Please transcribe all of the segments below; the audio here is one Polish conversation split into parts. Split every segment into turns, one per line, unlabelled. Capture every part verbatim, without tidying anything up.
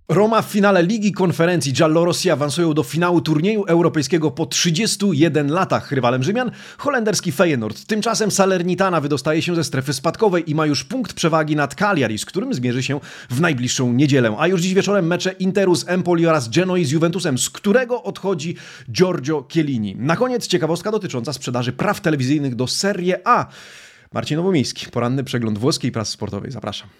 Roma w finale Ligi Konferencji. Giallorossi awansują do finału turnieju europejskiego po trzydziestu jeden latach. Rywalem Rzymian holenderski Feyenoord. Tymczasem Salernitana wydostaje się ze strefy spadkowej i ma już punkt przewagi nad Cagliari, z którym zmierzy się w najbliższą niedzielę. A już dziś wieczorem mecze Interu z Empoli oraz Genoi z Juventusem, z którego odchodzi Giorgio Chiellini. Na koniec ciekawostka dotycząca sprzedaży praw telewizyjnych do Serie A. Marcin Nowomiejski, poranny przegląd włoskiej prasy sportowej. Zapraszam.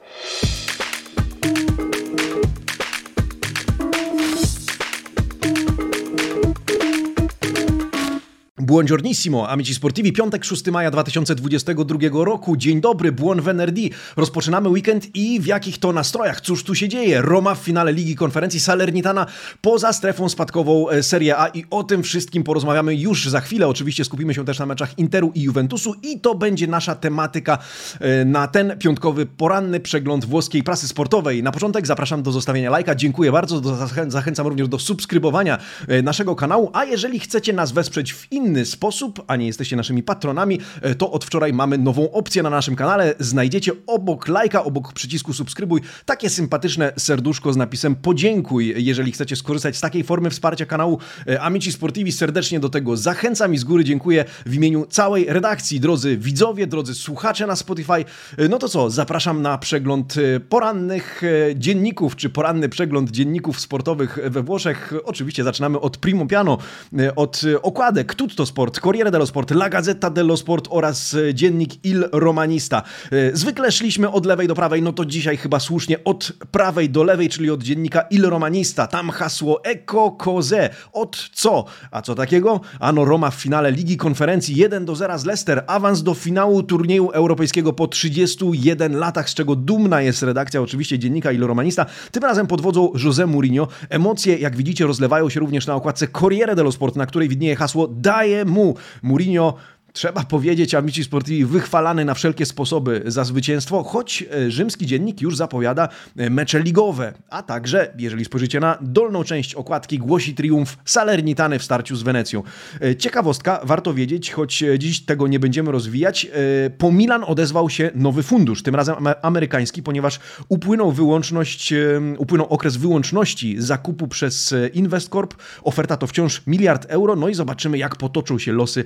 Buongiornissimo, amici sportivi, piątek szóstego maja dwa tysiące dwudziestego drugiego roku. Dzień dobry, buon venerdì. Rozpoczynamy weekend i w jakich to nastrojach? Cóż tu się dzieje? Roma w finale Ligi Konferencji, Salernitana poza strefą spadkową Serie A i o tym wszystkim porozmawiamy już za chwilę. Oczywiście skupimy się też na meczach Interu i Juventusu i to będzie nasza tematyka na ten piątkowy poranny przegląd włoskiej prasy sportowej. Na początek zapraszam do zostawienia lajka. Dziękuję bardzo. Zachęcam również do subskrybowania naszego kanału, a jeżeli chcecie nas wesprzeć w inny sposób, a nie jesteście naszymi patronami, to od wczoraj mamy nową opcję na naszym kanale. Znajdziecie obok lajka, obok przycisku subskrybuj, takie sympatyczne serduszko z napisem podziękuj. Jeżeli chcecie skorzystać z takiej formy wsparcia kanału Amici Sportivi, serdecznie do tego zachęcam i z góry dziękuję w imieniu całej redakcji. Drodzy widzowie, drodzy słuchacze na Spotify, no to co, zapraszam na przegląd porannych dzienników, czy poranny przegląd dzienników sportowych we Włoszech. Oczywiście zaczynamy od Primo Piano, od okładek Tutto Sport, Corriere dello Sport, La Gazzetta dello Sport oraz dziennik Il Romanista. Zwykle szliśmy od lewej do prawej, no to dzisiaj chyba słusznie od prawej do lewej, czyli od dziennika Il Romanista. Tam hasło Ecco cos'è. Od co? A co takiego? Ano Roma w finale Ligi Konferencji jeden do zera z Leicester. Awans do finału turnieju europejskiego po trzydziestu jeden latach, z czego dumna jest redakcja oczywiście dziennika Il Romanista. Tym razem pod wodzą José Mourinho. Emocje, jak widzicie, rozlewają się również na okładce Corriere dello Sport, na której widnieje hasło Daje mu. Mourinho, trzeba powiedzieć, Amici Sportivi, wychwalany na wszelkie sposoby za zwycięstwo, choć rzymski dziennik już zapowiada mecze ligowe. A także, jeżeli spojrzycie na dolną część okładki, głosi triumf Salernitany w starciu z Wenecją. Ciekawostka, warto wiedzieć, choć dziś tego nie będziemy rozwijać, po Milan odezwał się nowy fundusz, tym razem amerykański, ponieważ upłynął wyłączność, upłynął okres wyłączności zakupu przez Investcorp. Oferta to wciąż miliard euro, no i zobaczymy, jak potoczą się losy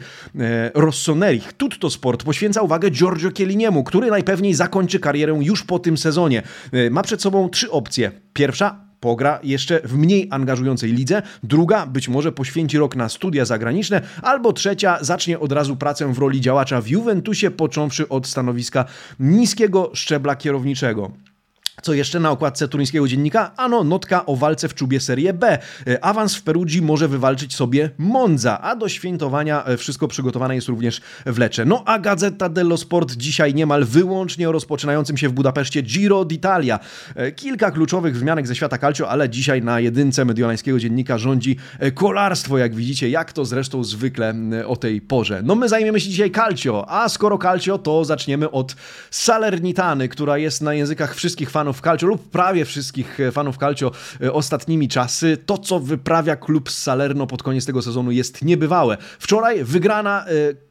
roz Rossoneri. Tutto Sport poświęca uwagę Giorgio Chielliniemu, który najpewniej zakończy karierę już po tym sezonie. Ma przed sobą trzy opcje. Pierwsza, pogra jeszcze w mniej angażującej lidze. Druga, być może poświęci rok na studia zagraniczne. Albo trzecia, zacznie od razu pracę w roli działacza w Juventusie, począwszy od stanowiska niskiego szczebla kierowniczego. Co jeszcze na okładce turyńskiego dziennika? Ano, notka o walce w czubie Serie B. Awans w Perugii może wywalczyć sobie Monza, a do świętowania wszystko przygotowane jest również w Lecce. No a Gazzetta dello Sport dzisiaj niemal wyłącznie o rozpoczynającym się w Budapeszcie Giro d'Italia. Kilka kluczowych wzmianek ze świata calcio, ale dzisiaj na jedynce mediolańskiego dziennika rządzi kolarstwo, jak widzicie, jak to zresztą zwykle o tej porze. No my zajmiemy się dzisiaj calcio, a skoro calcio, to zaczniemy od Salernitany, która jest na językach wszystkich fanów calcio lub prawie wszystkich fanów calcio ostatnimi czasy. To, co wyprawia klub z Salerno pod koniec tego sezonu, jest niebywałe. Wczoraj wygrana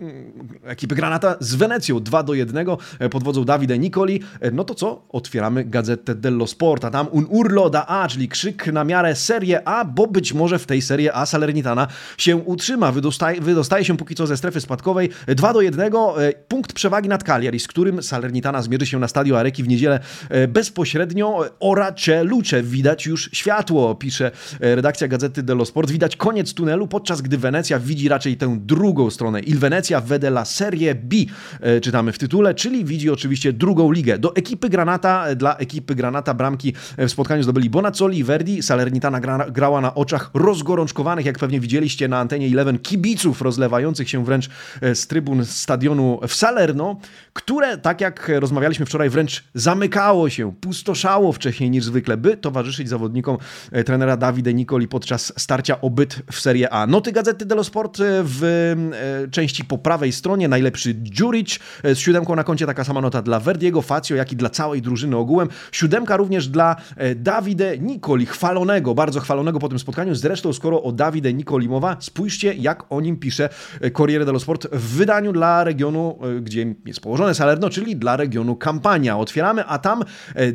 e, ekipy Granata z Wenecją dwa do jednego pod wodzą Davide Nicoli. No to co? Otwieramy Gazetę dello Sport, a tam un urlo da A, czyli krzyk na miarę Serie A, bo być może w tej Serie A Salernitana się utrzyma. Wydostaje, wydostaje się póki co ze strefy spadkowej dwa do jednego. Punkt przewagi nad Cagliari, z którym Salernitana zmierzy się na Stadio Arecchi w niedzielę bezpośrednio. Ora c'è luce, widać już światło, pisze redakcja Gazety dello Sport. Widać koniec tunelu, podczas gdy Wenecja widzi raczej tę drugą stronę. Il Venezia vede la Serie B, czytamy w tytule, czyli widzi oczywiście drugą ligę. Do ekipy Granata, dla ekipy Granata bramki w spotkaniu zdobyli Bonazzoli i Verdi. Salernitana gra, grała na oczach rozgorączkowanych, jak pewnie widzieliście na antenie Eleven, kibiców rozlewających się wręcz z trybun stadionu w Salerno, które, tak jak rozmawialiśmy wczoraj, wręcz zamykało się, pustoszało wcześniej niż zwykle, by towarzyszyć zawodnikom trenera Davide Nicoli podczas starcia o byt w Serie A. Noty Gazety dello Sport w części po prawej stronie. Najlepszy Djuric z siódemką na koncie, taka sama nota dla Verdiego, Fazio, jak i dla całej drużyny ogółem. Siódemka również dla Davide Nicoli, chwalonego, bardzo chwalonego po tym spotkaniu. Zresztą, skoro o Davide Nicoli mowa, spójrzcie, jak o nim pisze Corriere dello Sport w wydaniu dla regionu, gdzie jest położone Salerno, czyli dla regionu Campania. Otwieramy, a tam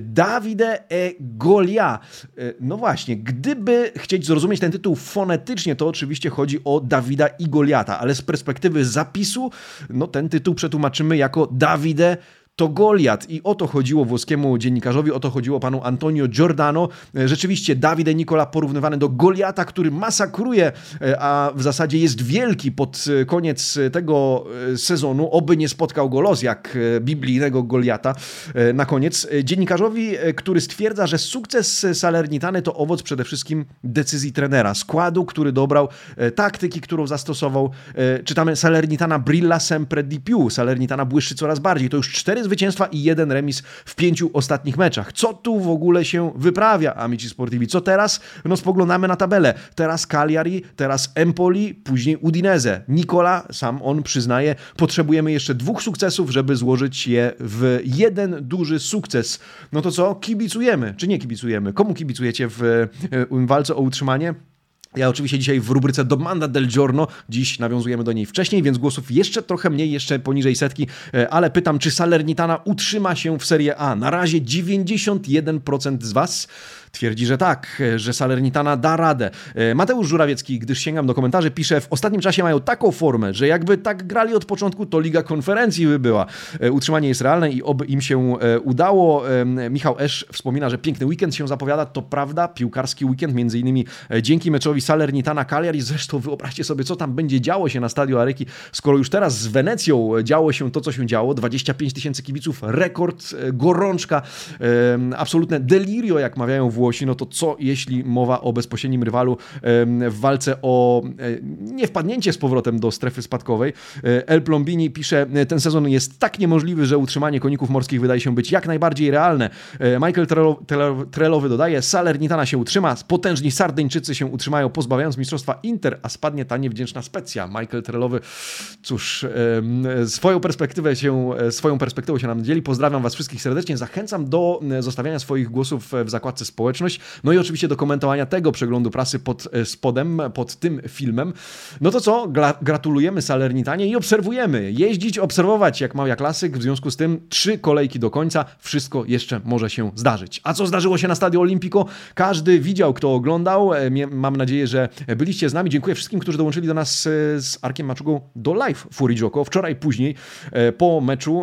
Davide e Golia. No właśnie, gdyby chcieć zrozumieć ten tytuł fonetycznie, to oczywiście chodzi o Dawida i Goliata, ale z perspektywy zapisu, no ten tytuł przetłumaczymy jako Davide to Goliat i o to chodziło włoskiemu dziennikarzowi, o to chodziło panu Antonio Giordano. Rzeczywiście Davide Nicola porównywany do Goliata, który masakruje, a w zasadzie jest wielki pod koniec tego sezonu, oby nie spotkał go los jak biblijnego Goliata. Na koniec dziennikarzowi, który stwierdza, że sukces Salernitany to owoc przede wszystkim decyzji trenera, składu, który dobrał, taktyki, którą zastosował. Czytamy: Salernitana brilla sempre di più, Salernitana błyszczy coraz bardziej. To już cztery zwycięstwa i jeden remis w pięciu ostatnich meczach. Co tu w ogóle się wyprawia, amici sportivi? Co teraz? No spoglądamy na tabelę. Teraz Cagliari, teraz Empoli, później Udinese. Nicola, sam on przyznaje, potrzebujemy jeszcze dwóch sukcesów, żeby złożyć je w jeden duży sukces. No to co? Kibicujemy, czy nie kibicujemy? Komu kibicujecie w, w walce o utrzymanie? Ja oczywiście dzisiaj w rubryce Domanda del Giorno, dziś nawiązujemy do niej wcześniej, więc głosów jeszcze trochę mniej, jeszcze poniżej setki, ale pytam, czy Salernitana utrzyma się w Serie A? Na razie dziewięćdziesiąt jeden procent z Was twierdzi, że tak, że Salernitana da radę. Mateusz Żurawiecki, gdyż sięgam do komentarzy, pisze: w ostatnim czasie mają taką formę, że jakby tak grali od początku, to Liga Konferencji by była. Utrzymanie jest realne i oby im się udało. Michał Esz wspomina, że piękny weekend się zapowiada. To prawda, piłkarski weekend, między innymi dzięki meczowi Salernitana Cagliari. Zresztą wyobraźcie sobie, co tam będzie działo się na Stadio Arecchi, skoro już teraz z Wenecją działo się to, co się działo. dwadzieścia pięć tysięcy kibiców, rekord, gorączka, absolutne delirio, jak mawiają Włosi. No to co, jeśli mowa o bezpośrednim rywalu w walce o nie wpadnięcie z powrotem do strefy spadkowej? El Plombini pisze: ten sezon jest tak niemożliwy, że utrzymanie koników morskich wydaje się być jak najbardziej realne. Michael Trelowy dodaje: Salernitana się utrzyma, potężni Sardyńczycy się utrzymają, pozbawiając mistrzostwa Inter, a spadnie ta niewdzięczna Specja. Michael Trelowy, cóż, swoją perspektywę się, swoją perspektywą się nam dzieli. Pozdrawiam Was wszystkich serdecznie. Zachęcam do zostawiania swoich głosów w zakładce społeczność. No i oczywiście do komentowania tego przeglądu prasy pod spodem, pod tym filmem. No to co? Gra- gratulujemy Salernitanie i obserwujemy. Jeździć, obserwować jak mawia klasyk. W związku z tym trzy kolejki do końca. Wszystko jeszcze może się zdarzyć. A co zdarzyło się na Stadio Olimpico? Każdy widział, kto oglądał. Mam nadzieję, że byliście z nami. Dziękuję wszystkim, którzy dołączyli do nas z Arkiem Maczugą do live Fuori Gioco. Wczoraj później, po meczu,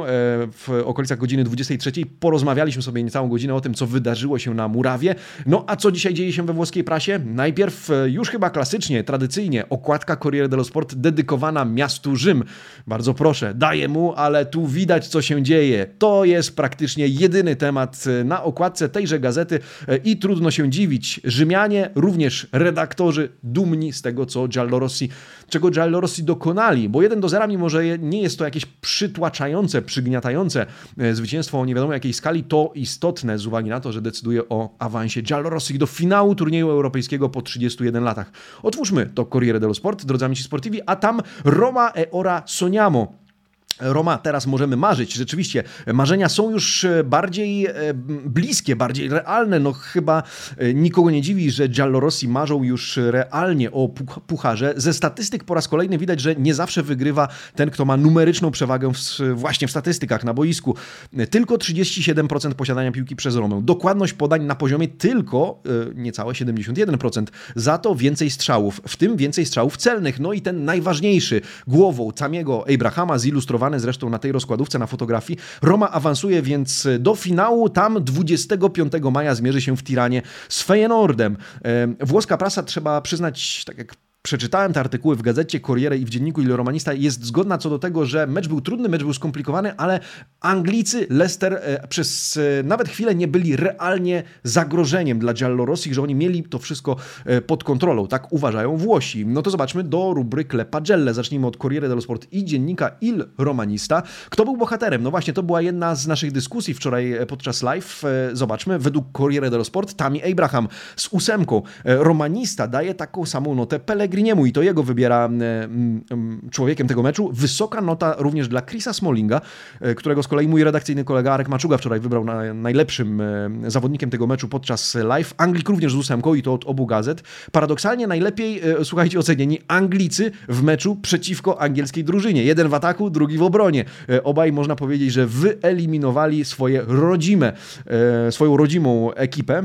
w okolicach godziny dwudziestej trzeciej porozmawialiśmy sobie niecałą godzinę o tym, co wydarzyło się na murawie. No a co dzisiaj dzieje się we włoskiej prasie? Najpierw już chyba klasycznie, tradycyjnie okładka Corriere dello Sport dedykowana miastu Rzym. Bardzo proszę, daję mu, ale tu widać, co się dzieje. To jest praktycznie jedyny temat na okładce tejże gazety i trudno się dziwić. Rzymianie, również redaktorzy, dumni z tego, co Giallorossi, czego Giallorossi dokonali, bo jeden do zera, mimo że nie jest to jakieś przytłaczające, przygniatające zwycięstwo o nie wiadomo jakiej skali, to istotne z uwagi na to, że decyduje o awansie Giallorossi do finału turnieju europejskiego po trzydziestu jeden latach. Otwórzmy to Corriere dello Sport, drodzy amici sportivi, a tam Roma e ora sogniamo. Roma, teraz możemy marzyć. Rzeczywiście, marzenia są już bardziej bliskie, bardziej realne. No chyba nikogo nie dziwi, że Giallorossi marzą już realnie o pucharze. Ze statystyk po raz kolejny widać, że nie zawsze wygrywa ten, kto ma numeryczną przewagę w, właśnie w statystykach na boisku. Tylko trzydzieści siedem procent posiadania piłki przez Romę. Dokładność podań na poziomie tylko niecałe siedemdziesiąt jeden procent. Za to więcej strzałów, w tym więcej strzałów celnych. No i ten najważniejszy, głową Tamiego Abrahama, zilustrowany zresztą na tej rozkładówce na fotografii. Roma awansuje więc do finału. Tam dwudziestego piątego maja zmierzy się w Tiranie z Feyenoordem. Włoska prasa, trzeba przyznać, tak jak przeczytałem te artykuły w gazecie Corriere i w dzienniku Il Romanista, jest zgodna co do tego, że mecz był trudny, mecz był skomplikowany, ale Anglicy, Leicester e, przez e, nawet chwilę nie byli realnie zagrożeniem dla Giallorossi, że oni mieli to wszystko e, pod kontrolą. Tak uważają Włosi. No to zobaczmy do rubryk Le Pagelle. Zacznijmy od Corriere dello Sport i dziennika Il Romanista. Kto był bohaterem? No właśnie, to była jedna z naszych dyskusji wczoraj podczas live. E, zobaczmy, według Corriere dello Sport Tammy Abraham z ósemką. E, Romanista daje taką samą notę Pellegrini. Pellegriniemu i to jego wybiera człowiekiem tego meczu. Wysoka nota również dla Chrisa Smallinga, którego z kolei mój redakcyjny kolega Arek Maczuga wczoraj wybrał na najlepszym zawodnikiem tego meczu podczas live. Anglik również z ósemką i to od obu gazet. Paradoksalnie najlepiej, słuchajcie, ocenieni Anglicy w meczu przeciwko angielskiej drużynie. Jeden w ataku, drugi w obronie. Obaj można powiedzieć, że wyeliminowali swoje rodzime, swoją rodzimą ekipę.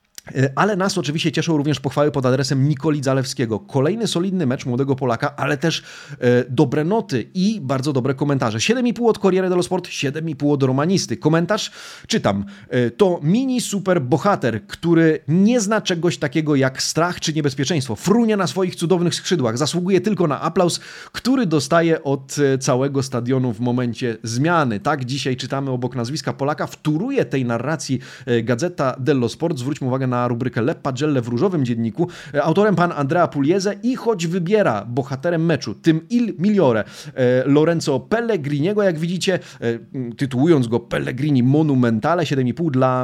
Ale nas oczywiście cieszą również pochwały pod adresem Nikoli Zalewskiego. Kolejny solidny mecz młodego Polaka, ale też e, dobre noty i bardzo dobre komentarze. siedem i pół od Corriere dello Sport, siedem i pół od Romanisty. Komentarz, czytam, e, to mini super bohater, który nie zna czegoś takiego jak strach czy niebezpieczeństwo. Frunie na swoich cudownych skrzydłach. Zasługuje tylko na aplauz, który dostaje od całego stadionu w momencie zmiany. Tak dzisiaj czytamy obok nazwiska Polaka. Wtóruje tej narracji Gazzetta dello Sport. Zwróćmy uwagę na na rubrykę Le Pagelle w różowym dzienniku. Autorem pan Andrea Pugliese i choć wybiera bohaterem meczu tym Il Migliore Lorenzo Pellegriniego, jak widzicie, tytułując go Pellegrini Monumentale, siedem i pół dla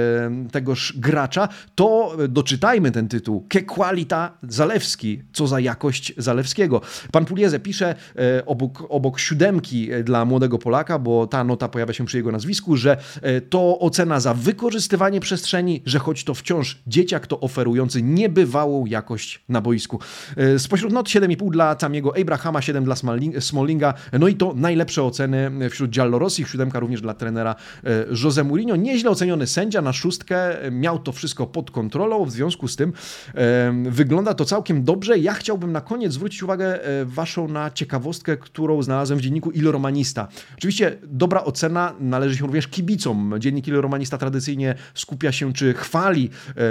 tegoż gracza, to doczytajmy ten tytuł. Che qualità Zalewski. Co za jakość Zalewskiego. Pan Pugliese pisze obok, obok siódemki dla młodego Polaka, bo ta nota pojawia się przy jego nazwisku, że to ocena za wykorzystywanie przestrzeni, że choć to wciąż dzieciak, to oferujący niebywałą jakość na boisku. Spośród not siedem i pół dla Tamiego Abrahama, siedem dla Smallinga, no i to najlepsze oceny wśród Giallorossich, siódemka również dla trenera José Mourinho. Nieźle oceniony sędzia na szóstkę, miał to wszystko pod kontrolą, w związku z tym wygląda to całkiem dobrze. Ja chciałbym na koniec zwrócić uwagę waszą na ciekawostkę, którą znalazłem w dzienniku Il Romanista. Oczywiście dobra ocena należy się również kibicom. Dziennik Il Romanista tradycyjnie skupia się, czy chwali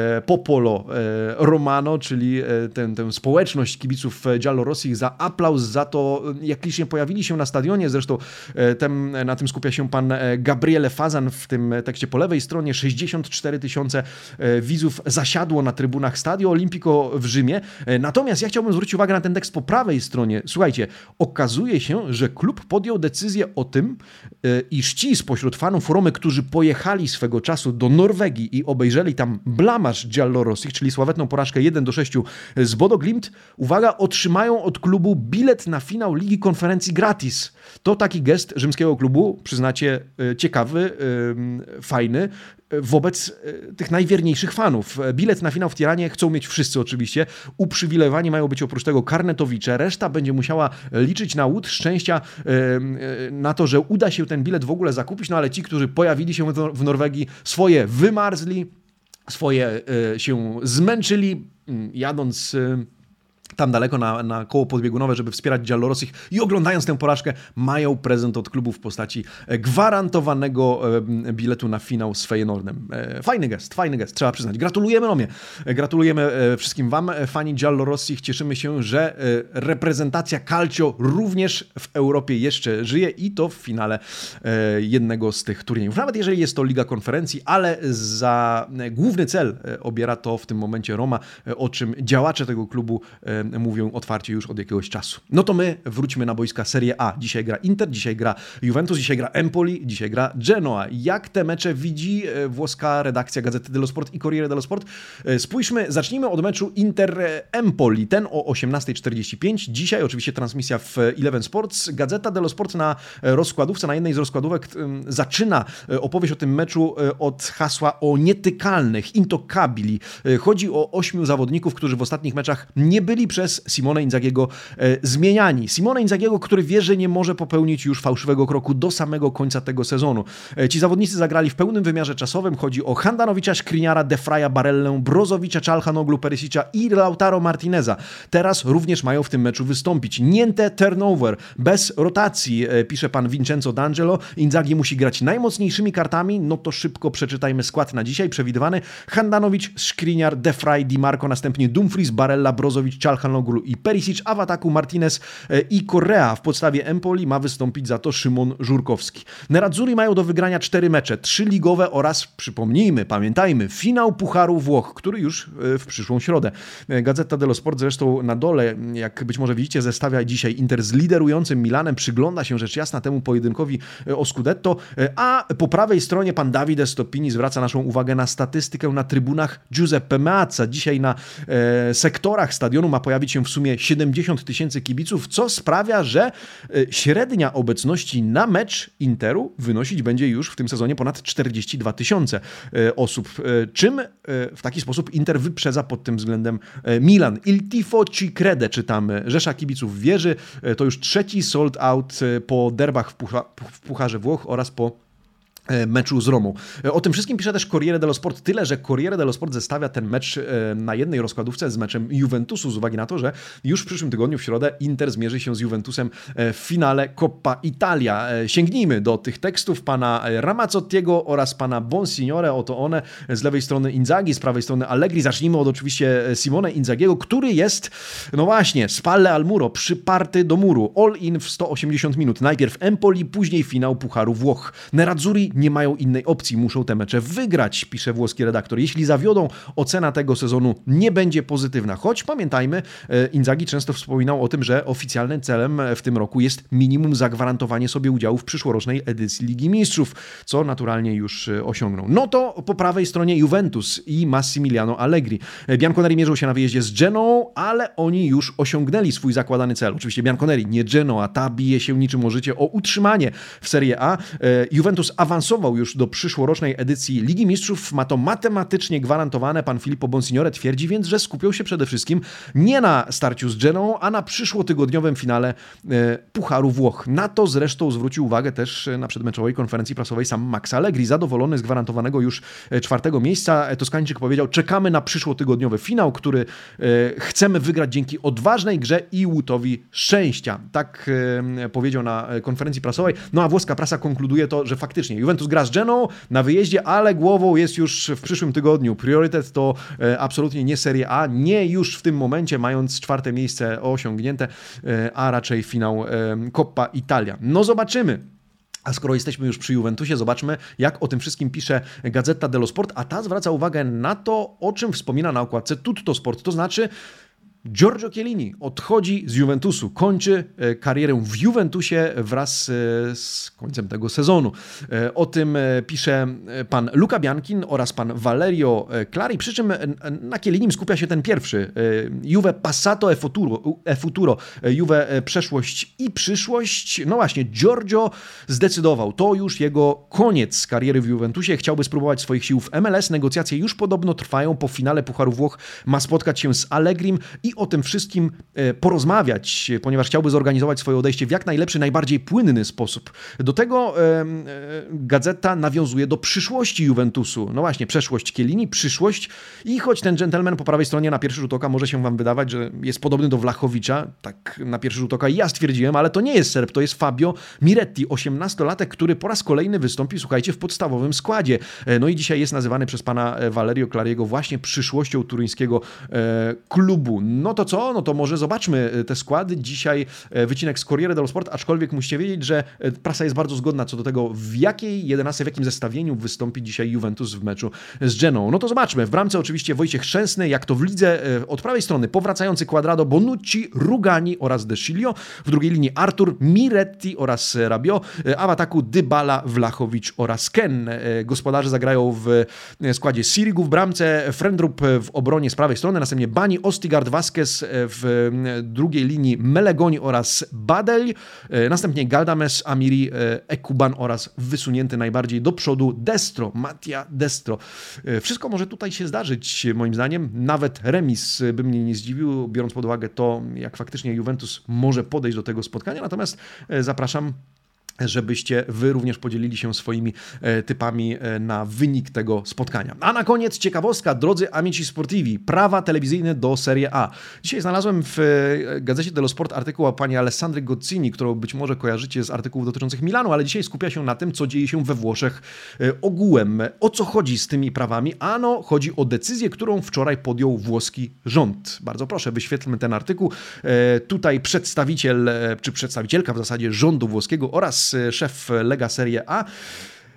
Popolo Romano, czyli tę, tę społeczność kibiców Giallorossich za aplauz, za to, jak licznie pojawili się na stadionie. Zresztą tem, na tym skupia się pan Gabriele Fazan w tym tekście po lewej stronie. sześćdziesiąt cztery tysiące widzów zasiadło na trybunach Stadio Olimpico w Rzymie. Natomiast ja chciałbym zwrócić uwagę na ten tekst po prawej stronie. Słuchajcie, okazuje się, że klub podjął decyzję o tym, iż ci spośród fanów Romy, którzy pojechali swego czasu do Norwegii i obejrzeli tam blamaż Giallorossich, czyli sławetną porażkę jeden do sześciu z Bodo Glimt, uwaga, otrzymają od klubu bilet na finał Ligi Konferencji gratis. To taki gest rzymskiego klubu, przyznacie, ciekawy, fajny, wobec tych najwierniejszych fanów. Bilet na finał w Tiranie chcą mieć wszyscy oczywiście. Uprzywilejowani mają być oprócz tego karnetowicze. Reszta będzie musiała liczyć na łód szczęścia, na to, że uda się ten bilet w ogóle zakupić, no ale ci, którzy pojawili się w Norwegii, swoje wymarzli, swoje się zmęczyli, jadąc tam daleko na, na koło podbiegunowe, żeby wspierać Giallorossich i oglądając tę porażkę mają prezent od klubu w postaci gwarantowanego biletu na finał z Feyenoordem. Fajny gest, fajny gest, trzeba przyznać. Gratulujemy Romie, gratulujemy wszystkim wam, fani Giallorossich. Cieszymy się, że reprezentacja Calcio również w Europie jeszcze żyje i to w finale jednego z tych turniejów. Nawet jeżeli jest to Liga Konferencji, ale za główny cel obiera to w tym momencie Roma, o czym działacze tego klubu mówią otwarcie już od jakiegoś czasu. No to my wróćmy na boiska Serie A. Dzisiaj gra Inter, dzisiaj gra Juventus, dzisiaj gra Empoli, dzisiaj gra Genoa. Jak te mecze widzi włoska redakcja Gazety dello Sport i Corriere dello Sport? Spójrzmy, zacznijmy od meczu Inter-Empoli. Ten o osiemnasta czterdzieści pięć. Dzisiaj oczywiście transmisja w Eleven Sports. Gazeta dello Sport na rozkładówce, na jednej z rozkładówek zaczyna opowieść o tym meczu od hasła o nietykalnych, intocabili. Chodzi o ośmiu zawodników, którzy w ostatnich meczach nie byli przez Simone Inzaghiego e, zmieniani. Simone Inzaghiego, który wie, że nie może popełnić już fałszywego kroku do samego końca tego sezonu. E, ci zawodnicy zagrali w pełnym wymiarze czasowym. Chodzi o Handanowicza, Skriniara, De Vrija, Barellę, Brozowicza, Çalhanoglu, Perisicza i Lautaro Martineza. Teraz również mają w tym meczu wystąpić. Niente turnover, bez rotacji, e, pisze pan Vincenzo D'Angelo. Inzaghi musi grać najmocniejszymi kartami, no to szybko przeczytajmy skład na dzisiaj przewidywany. Handanowicz, Skriniar, De Vrij, Di Marco, następnie Dumfries, Barella, Brozowicz, Çalhanoglu i Perisic, a w ataku Martinez i Correa. W podstawie Empoli ma wystąpić za to Szymon Żurkowski. Nerazzurri mają do wygrania cztery mecze, trzy ligowe oraz, przypomnijmy, pamiętajmy, finał Pucharu Włoch, który już w przyszłą środę. Gazeta dello Sport zresztą na dole, jak być może widzicie, zestawia dzisiaj Inter z liderującym Milanem, przygląda się rzecz jasna temu pojedynkowi o Scudetto, a po prawej stronie pan Davide Stoppini zwraca naszą uwagę na statystykę na trybunach Giuseppe Meazza. Dzisiaj na e, sektorach stadionu ma pojawić się w sumie siedemdziesiąt tysięcy kibiców, co sprawia, że średnia obecności na mecz Interu wynosić będzie już w tym sezonie ponad czterdzieści dwa tysiące osób, czym w taki sposób Inter wyprzedza pod tym względem Milan. Il tifo ci crede, czytamy. Rzesza kibiców wierzy. To już trzeci sold out po derbach w, pucha, w Pucharze Włoch oraz po meczu z Romą. O tym wszystkim pisze też Corriere dello Sport, tyle, że Corriere dello Sport zestawia ten mecz na jednej rozkładówce z meczem Juventusu, z uwagi na to, że już w przyszłym tygodniu w środę Inter zmierzy się z Juventusem w finale Coppa Italia. Sięgnijmy do tych tekstów pana Ramazzottiego oraz pana Bonsignore, oto one, z lewej strony Inzaghi, z prawej strony Allegri. Zacznijmy od oczywiście Simone Inzaghiego, który jest, no właśnie, spalle al muro, przyparty do muru, all in w sto osiemdziesiąt minut. Najpierw Empoli, później finał Pucharu Włoch. Nerazzurri nie mają innej opcji, muszą te mecze wygrać, pisze włoski redaktor. Jeśli zawiodą, ocena tego sezonu nie będzie pozytywna. Choć pamiętajmy, Inzaghi często wspominał o tym, że oficjalnym celem w tym roku jest minimum zagwarantowanie sobie udziału w przyszłorocznej edycji Ligi Mistrzów, co naturalnie już osiągną. No to po prawej stronie Juventus i Massimiliano Allegri. Bianconeri mierzą się na wyjeździe z Genoą, ale oni już osiągnęli swój zakładany cel. Oczywiście Bianconeri, nie Genoa, ta bije się niczym o życie o utrzymanie w Serie A. Juventus awansował już do przyszłorocznej edycji Ligi Mistrzów. Ma to matematycznie gwarantowane. Pan Filippo Bonsignore twierdzi więc, że skupią się przede wszystkim nie na starciu z Genoą, a na przyszłotygodniowym finale e, Pucharu Włoch. Na to zresztą zwrócił uwagę też na przedmeczowej konferencji prasowej sam Max Allegri. Zadowolony z gwarantowanego już czwartego miejsca, Toskańczyk powiedział: czekamy na przyszłotygodniowy finał, który e, chcemy wygrać dzięki odważnej grze i łutowi szczęścia. Tak e, powiedział na konferencji prasowej. No a włoska prasa konkluduje to, że faktycznie Juventus gra z Geną na wyjeździe, ale głową jest już w przyszłym tygodniu. Priorytet to e, absolutnie nie Serie A, nie już w tym momencie, mając czwarte miejsce osiągnięte, e, a raczej finał e, Coppa Italia. No zobaczymy. A skoro jesteśmy już przy Juventusie, zobaczmy, jak o tym wszystkim pisze Gazzetta dello Sport, a ta zwraca uwagę na to, o czym wspomina na okładce Tutto Sport, to znaczy Giorgio Chiellini odchodzi z Juventusu, kończy karierę w Juventusie wraz z końcem tego sezonu. O tym pisze pan Luca Bianchin oraz pan Valerio Clari, przy czym na Chiellinim skupia się ten pierwszy. Juve passato e futuro, e futuro. Juve przeszłość i przyszłość. No właśnie, Giorgio zdecydował, to już jego koniec kariery w Juventusie. Chciałby spróbować swoich sił w M L S. Negocjacje już podobno trwają. Po finale Pucharu Włoch ma spotkać się z Allegrim i o tym wszystkim porozmawiać, ponieważ chciałby zorganizować swoje odejście w jak najlepszy, najbardziej płynny sposób. Do tego e, e, gazeta nawiązuje do przyszłości Juventusu. No właśnie, przeszłość Chiellini, przyszłość i choć ten gentleman po prawej stronie na pierwszy rzut oka może się wam wydawać, że jest podobny do Vlachowicza, tak na pierwszy rzut oka ja stwierdziłem, ale to nie jest Serb, to jest Fabio Miretti, osiemnastolatek, który po raz kolejny wystąpi, słuchajcie, w podstawowym składzie. No i dzisiaj jest nazywany przez pana Valerio Clariego właśnie przyszłością turyńskiego e, klubu. No to co? No to może zobaczmy te składy. Dzisiaj wycinek z Corriere dello Sport, aczkolwiek musicie wiedzieć, że prasa jest bardzo zgodna co do tego, w jakiej jedenastce, w jakim zestawieniu wystąpi dzisiaj Juventus w meczu z Geną. No to zobaczmy. W bramce oczywiście Wojciech Szczęsny, jak to w lidze, od prawej strony powracający Quadrado, Bonucci, Rugani oraz De Sciglio. W drugiej linii Artur, Miretti oraz Rabiot, a w ataku Dybala, Vlachowicz oraz Ken. Gospodarze zagrają w składzie Sirigu w bramce, Frendrup w obronie z prawej strony, następnie Bani, Ostigard, Vasquez w drugiej linii, Melegoni oraz Badel, następnie Galdames, Amiri, Ekuban oraz wysunięty najbardziej do przodu Destro, Mattia Destro. Wszystko może tutaj się zdarzyć, moim zdaniem. Nawet remis by mnie nie zdziwił, biorąc pod uwagę to, jak faktycznie Juventus może podejść do tego spotkania. Natomiast zapraszam, żebyście wy również podzielili się swoimi typami na wynik tego spotkania. A na koniec ciekawostka, drodzy amici sportivi, prawa telewizyjne do Serie A. Dzisiaj znalazłem w Gazecie dello Sport artykuł o pani Alessandry Gozzini, którą być może kojarzycie z artykułów dotyczących Milanu, ale dzisiaj skupia się na tym, co dzieje się we Włoszech ogółem. O co chodzi z tymi prawami? Ano, chodzi o decyzję, którą wczoraj podjął włoski rząd. Bardzo proszę, wyświetlmy ten artykuł. Tutaj przedstawiciel, czy przedstawicielka w zasadzie rządu włoskiego oraz szef Lega Serie A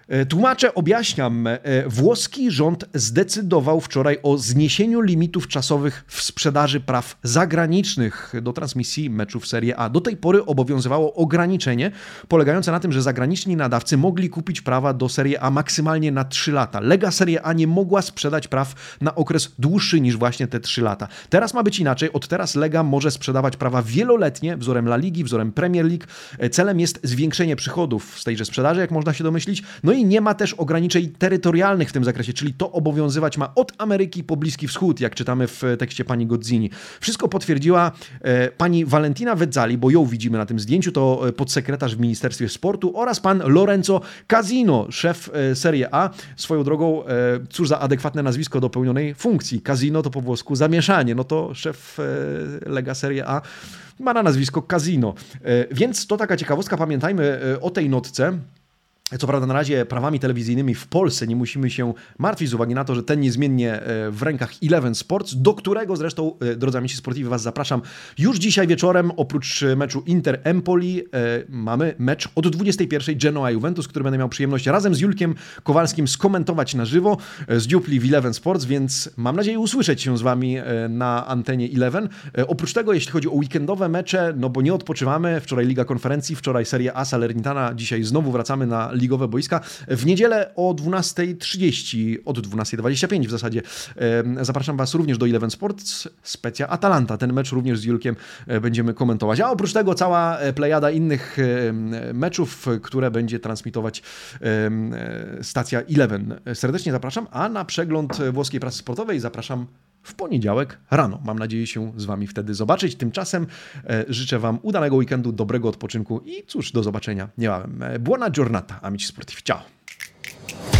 Tłumaczę, objaśniam. Włoski rząd zdecydował wczoraj o zniesieniu limitów czasowych w sprzedaży praw zagranicznych do transmisji meczów Serie A. Do tej pory obowiązywało ograniczenie polegające na tym, że zagraniczni nadawcy mogli kupić prawa do Serie A maksymalnie na trzy lata. Lega Serie A nie mogła sprzedać praw na okres dłuższy niż właśnie te trzy lata. Teraz ma być inaczej. Od teraz Lega może sprzedawać prawa wieloletnie wzorem La Ligi, wzorem Premier League. Celem jest zwiększenie przychodów z tejże sprzedaży, jak można się domyślić. No i nie ma też ograniczeń terytorialnych w tym zakresie, czyli to obowiązywać ma od Ameryki po Bliski Wschód, jak czytamy w tekście pani Gozzini. Wszystko potwierdziła e, pani Valentina Vezzali, bo ją widzimy na tym zdjęciu, to podsekretarz w Ministerstwie Sportu, oraz pan Lorenzo Casino, szef e, Serie A. Swoją drogą, e, cóż za adekwatne nazwisko do pełnionej funkcji. Casino to po włosku zamieszanie, no to szef e, Lega Serie A ma na nazwisko Casino. E, więc to taka ciekawostka, pamiętajmy e, o tej notce. Co prawda na razie prawami telewizyjnymi w Polsce nie musimy się martwić z uwagi na to, że ten niezmiennie w rękach Eleven Sports, do którego zresztą, drodzy amici sportivi, was zapraszam już dzisiaj wieczorem. Oprócz meczu Inter-Empoli mamy mecz od dwudziestej pierwszej Genoa-Juventus, który będę miał przyjemność razem z Julkiem Kowalskim skomentować na żywo z dziupli w Eleven Sports, więc mam nadzieję usłyszeć się z wami na antenie Eleven. Oprócz tego, jeśli chodzi o weekendowe mecze, no bo nie odpoczywamy, wczoraj Liga Konferencji, wczoraj Serie A Salernitana, dzisiaj znowu wracamy na ligowe boiska. W niedzielę o dwunastej trzydzieści, od dwunastej dwadzieścia pięć w zasadzie, zapraszam was również do Eleven Sports, Specja Atalanta. Ten mecz również z Julkiem będziemy komentować. A oprócz tego cała plejada innych meczów, które będzie transmitować stacja Eleven. Serdecznie zapraszam, a na przegląd włoskiej prasy sportowej zapraszam w poniedziałek rano. Mam nadzieję się z wami wtedy zobaczyć. Tymczasem e, życzę wam udanego weekendu, dobrego odpoczynku i cóż, do zobaczenia niebawem. Buona giornata, amici sportivi. Ciao!